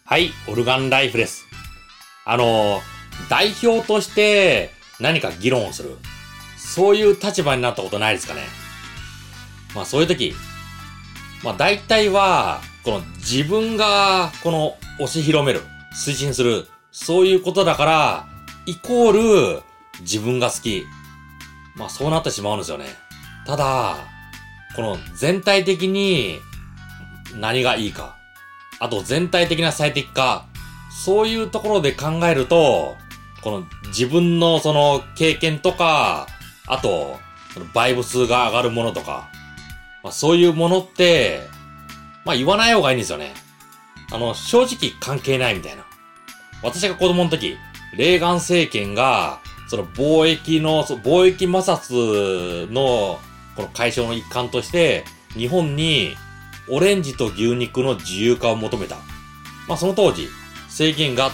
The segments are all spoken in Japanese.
はい、オルガンライフです。代表として何か議論をする。そういう立場になったことないですかね。そういう時、大体は、この自分が、押し広める、推進する、そういうことだから、イコール、自分が好き。そうなってしまうんですよね。ただ、この全体的に何がいいか。あと全体的な最適化。そういうところで考えると、この自分のその経験とか、あと、バイブ数が上がるものとか、そういうものって、言わない方がいいんですよね。正直関係ないみたいな。私が子供の時、レーガン政権が、その貿易摩擦のこの解消の一環として、日本にオレンジと牛肉の自由化を求めた。その当時、制限があって、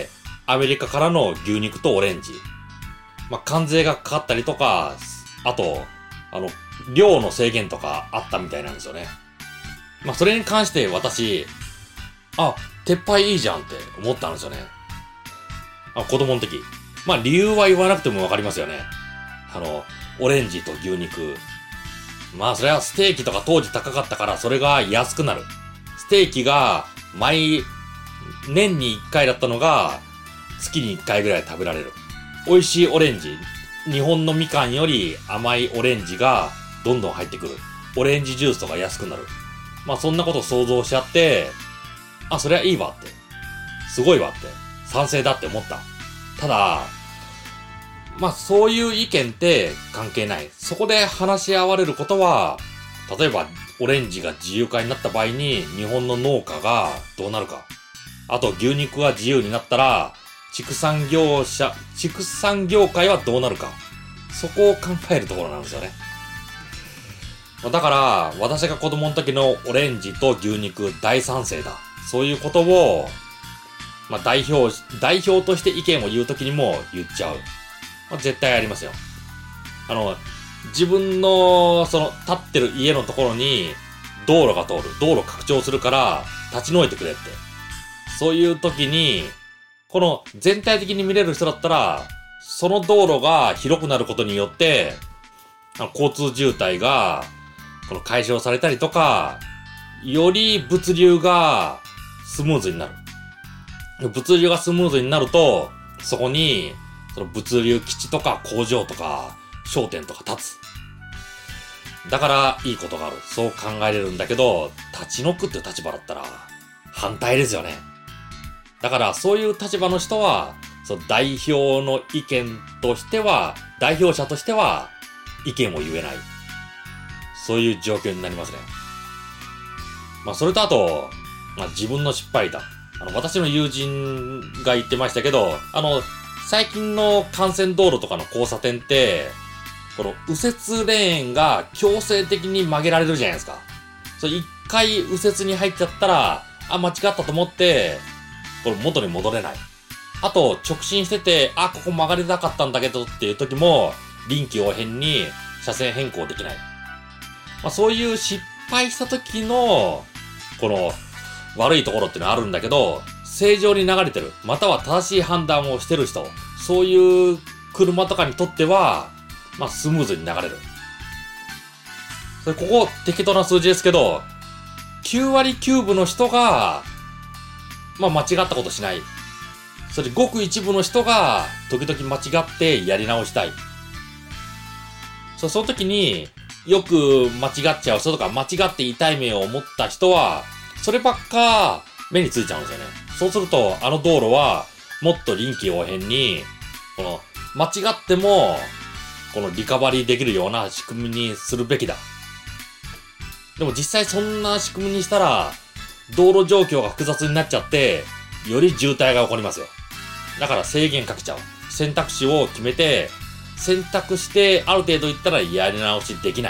アメリカからの牛肉とオレンジ。関税がかかったりとか、あと、量の制限とかあったみたいなんですよね。それに関して私、撤廃いいじゃんって思ったんですよね。子供の時。理由は言わなくてもわかりますよね。オレンジと牛肉。それはステーキとか当時高かったからそれが安くなる。ステーキが年に1回だったのが月に1回ぐらい食べられる。美味しいオレンジ。日本のみかんより甘いオレンジがどんどん入ってくる。オレンジジュースとか安くなる。そんなことを想像しちゃって、それはいいわって。すごいわって。賛成だって思った。ただ、そういう意見って関係ない。そこで話し合われることは、例えばオレンジが自由化になった場合に日本の農家がどうなるか。あと牛肉が自由になったら畜産業界はどうなるか。そこを考えるところなんですよね。だから、私が子供の時のオレンジと牛肉大賛成だ。そういうことを、代表として意見を言う時にも言っちゃう。絶対ありますよ。自分の、立ってる家のところに、道路が通る。道路拡張するから、立ち退いてくれって。そういう時に、この全体的に見れる人だったら、その道路が広くなることによって、交通渋滞が、解消されたりとか、より物流がスムーズになる。物流がスムーズになると、そこに、物流基地とか工場とか商店とか建つ。だからいいことがある。そう考えれるんだけど、立ち退くって立場だったら反対ですよね。だからそういう立場の人は、代表の意見としては、代表者としては意見を言えない。そういう状況になりますね。それとあと、自分の失敗談。私の友人が言ってましたけど、最近の幹線道路とかの交差点って、この右折レーンが強制的に曲げられるじゃないですか。一回右折に入っちゃったら、間違ったと思って、これ元に戻れない。あと、直進してて、ここ曲がりたかったんだけどっていう時も、臨機応変に車線変更できない。そういう失敗した時の、この悪いところっていうのはあるんだけど、正常に流れてる、または正しい判断をしてる人、そういう車とかにとっては、スムーズに流れる。ここ適当な数字ですけど、9割9分の人が、間違ったことしない。それごく一部の人が、時々間違ってやり直したい。その時に、よく間違っちゃう人とか、間違って痛い目を持った人は、そればっか目についちゃうんですよね。そうすると、道路は、もっと臨機応変に、間違っても、リカバリーできるような仕組みにするべきだ。でも実際そんな仕組みにしたら、道路状況が複雑になっちゃって、より渋滞が起こりますよ。だから制限かけちゃう。選択肢を決めて、選択してある程度いったらやり直しできない。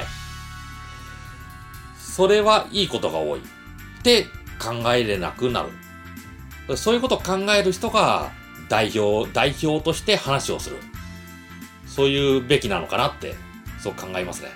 それはいいことが多い。って考えれなくなる。そういうことを考える人が代表として話をする。そういうべきなのかなって、そう考えますね。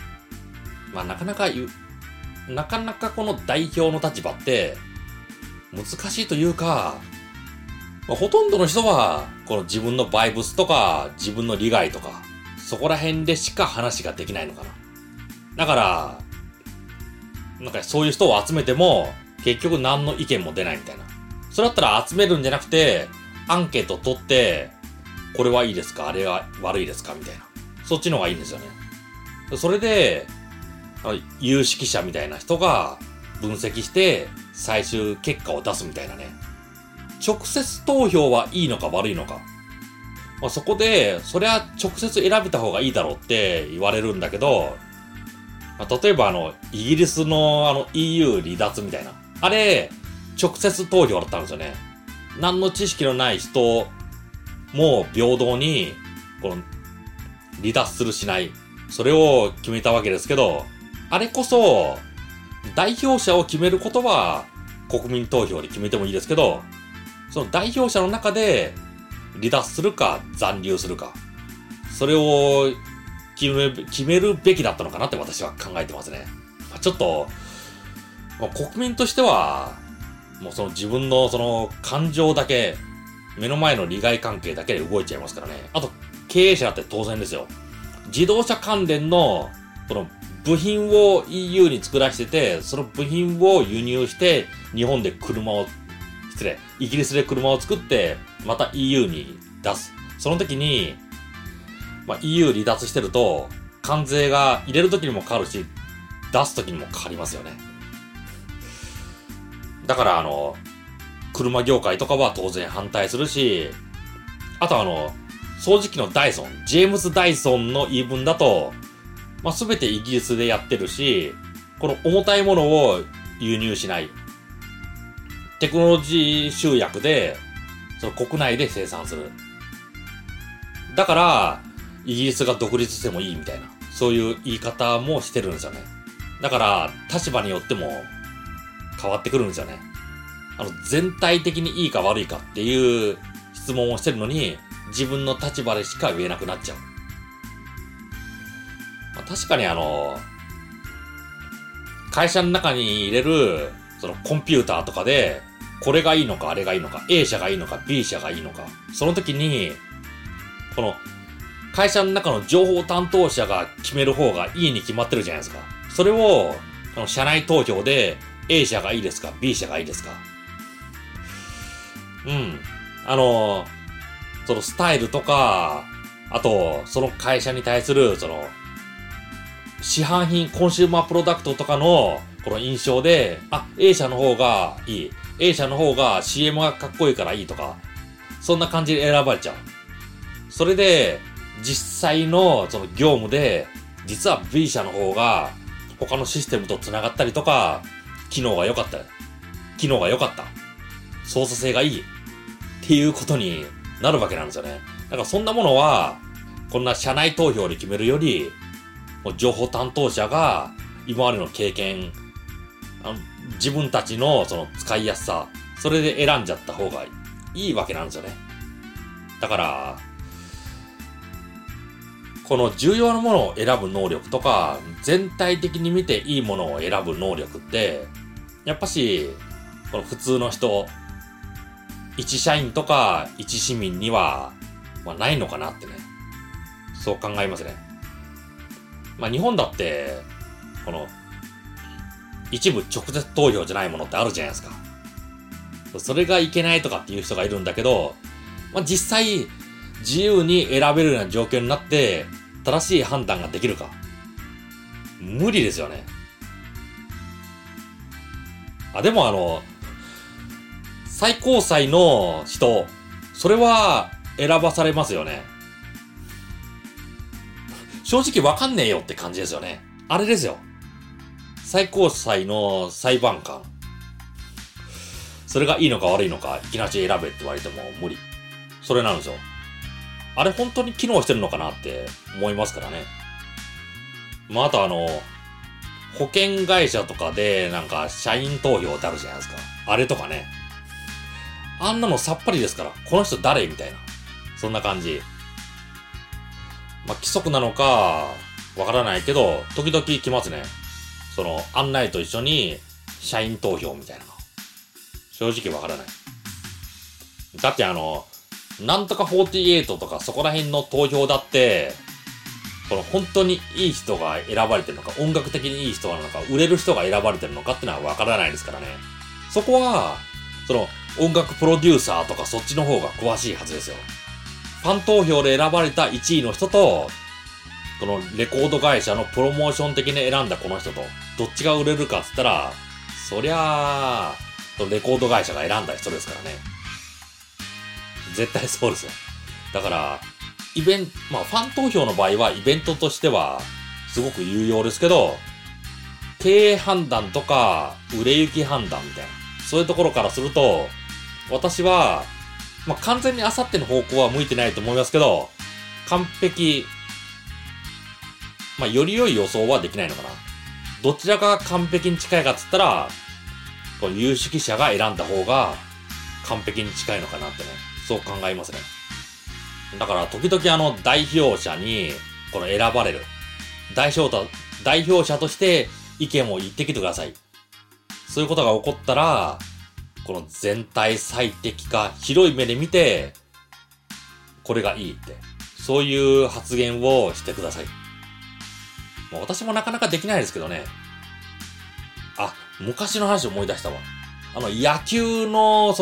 なかなかこの代表の立場って、 難しいというか、ほとんどの人は、この自分のバイブスとか、自分の利害とか、そこら辺でしか話ができないのかな。だから、なんかそういう人を集めても、結局何の意見も出ないみたいな。それだったら集めるんじゃなくて、アンケート取って、これはいいですかあれは悪いですかみたいな。そっちの方がいいんですよね。それで、有識者みたいな人が分析して、最終結果を出すみたいなね。直接投票はいいのか悪いのか。そこで、それは直接選べた方がいいだろうって言われるんだけど、例えばイギリスのEU 離脱みたいな。あれ、直接投票だったんですよね。何の知識のない人も平等に、離脱するしない。それを決めたわけですけど、あれこそ、代表者を決めることは国民投票で決めてもいいですけど、その代表者の中で離脱するか残留するか、それを決めるべきだったのかなって私は考えてますね。ちょっと、国民としては、もうその自分のその感情だけ、目の前の利害関係だけで動いちゃいますからね。あと、経営者だって当然ですよ。自動車関連の、この部品を EU に作らせてて、その部品を輸入して、イギリスで車を作って、また EU に出す。その時に、EU 離脱してると、関税が入れる時にもかかるし、出す時にもかかりますよね。だから車業界とかは当然反対するし、あと掃除機のダイソン、ジェームズ・ダイソンの言い分だと、すべてイギリスでやってるし、この重たいものを輸入しない。テクノロジー集約で、その国内で生産する。だから、イギリスが独立してもいいみたいな、そういう言い方もしてるんですよね。だから、立場によっても変わってくるんですよね。全体的にいいか悪いかっていう質問をしてるのに、自分の立場でしか言えなくなっちゃう。確かに会社の中に入れる、そのコンピューターとかで、これがいいのかあれがいいのか、A 社がいいのか B 社がいいのか、その時に、この会社の中の情報担当者が決める方がいいに決まってるじゃないですか。それを、社内投票で A 社がいいですか B 社がいいですか。そのスタイルとか、あと、その会社に対する、市販品、コンシューマープロダクトとかの、この印象で、A 社の方がいい。A 社の方が CM がかっこいいからいいとか、そんな感じで選ばれちゃう。それで、実際のその業務で、実は B 社の方が、他のシステムと繋がったりとか、機能が良かった。操作性がいい。っていうことになるわけなんですよね。だからそんなものは、こんな社内投票で決めるより、情報担当者が今までの経験、自分たちのその使いやすさ、それで選んじゃった方がいいわけなんですよね。だから、この重要なものを選ぶ能力とか、全体的に見ていいものを選ぶ能力って、やっぱし、この普通の人、一社員とか一市民には、ないのかなってね。そう考えますね。日本だって、この、一部直接投票じゃないものってあるじゃないですか。それがいけないとかっていう人がいるんだけど、実際、自由に選べるような状況になって、正しい判断ができるか。無理ですよね。でも最高裁の人、それは選ばされますよね。正直わかんねえよって感じですよね。あれですよ。最高裁の裁判官。それがいいのか悪いのか、いきなり選べって言われても無理。それなんですよ。あれ本当に機能してるのかなって思いますからね。あと保険会社とかでなんか社員投票ってあるじゃないですか。あれとかね。あんなのさっぱりですから、この人誰みたいな。そんな感じ。規則なのか、わからないけど、時々来ますね。案内と一緒に、社員投票みたいなの。 正直わからない。だってなんとか48とかそこら辺の投票だって、この本当にいい人が選ばれてるのか、音楽的にいい人なのか、売れる人が選ばれてるのかってのはわからないですからね。そこは、音楽プロデューサーとかそっちの方が詳しいはずですよ。ファン投票で選ばれた1位の人と、このレコード会社のプロモーション的に選んだこの人と、どっちが売れるかって言ったら、そりゃあ、レコード会社が選んだ人ですからね。絶対そうですよ。だから、ファン投票の場合はイベントとしてはすごく有用ですけど、経営判断とか売れ行き判断みたいな、そういうところからすると、私は、完全にあさっての方向は向いてないと思いますけど、完璧、より良い予想はできないのかな。どちらが完璧に近いかって言ったら、この有識者が選んだ方が完璧に近いのかなってね、そう考えますね。だから時々代表者にこの選ばれる代表者として意見を言ってきてください。そういうことが起こったら、この全体最適化、広い目で見てこれがいいって、そういう発言をしてください。私もなかなかできないですけどね。昔の話を思い出したわ。野球の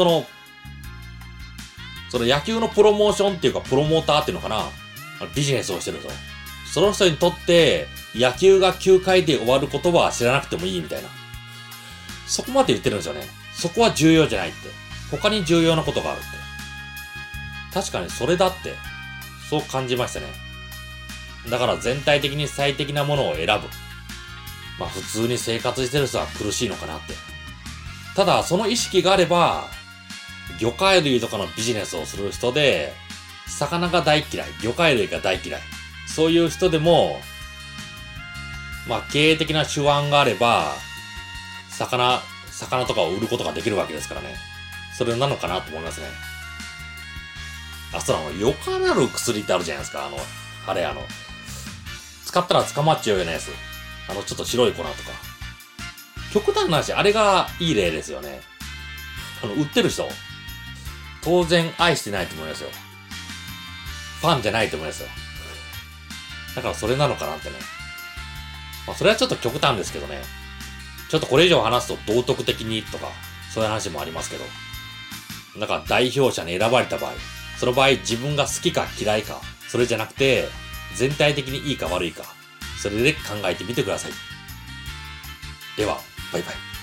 野球のプロモーションっていうか、プロモーターっていうのかな、ビジネスをしてると。その人にとって、野球が9回で終わることは知らなくてもいいみたいな。そこまで言ってるんですよね。そこは重要じゃないって。他に重要なことがあるって。確かにそれだって、そう感じましたね。だから全体的に最適なものを選ぶ。普通に生活してる人は苦しいのかなって。ただ、その意識があれば、魚介類とかのビジネスをする人で、魚が大嫌い、魚介類が大嫌い。そういう人でも、経営的な手腕があれば、魚とかを売ることができるわけですからね。それなのかなと思いますね。よかなる薬ってあるじゃないですか。使ったら捕まっちゃうようなやつ。ちょっと白い粉とか。極端な話、あれがいい例ですよね。売ってる人、当然愛してないと思いますよ。ファンじゃないと思いますよ。だからそれなのかなってね。それはちょっと極端ですけどね。ちょっとこれ以上話すと道徳的にとか、そういう話もありますけど。だから代表者に選ばれた場合、その場合自分が好きか嫌いか、それじゃなくて、全体的にいいか悪いか、それで考えてみてください。では、バイバイ。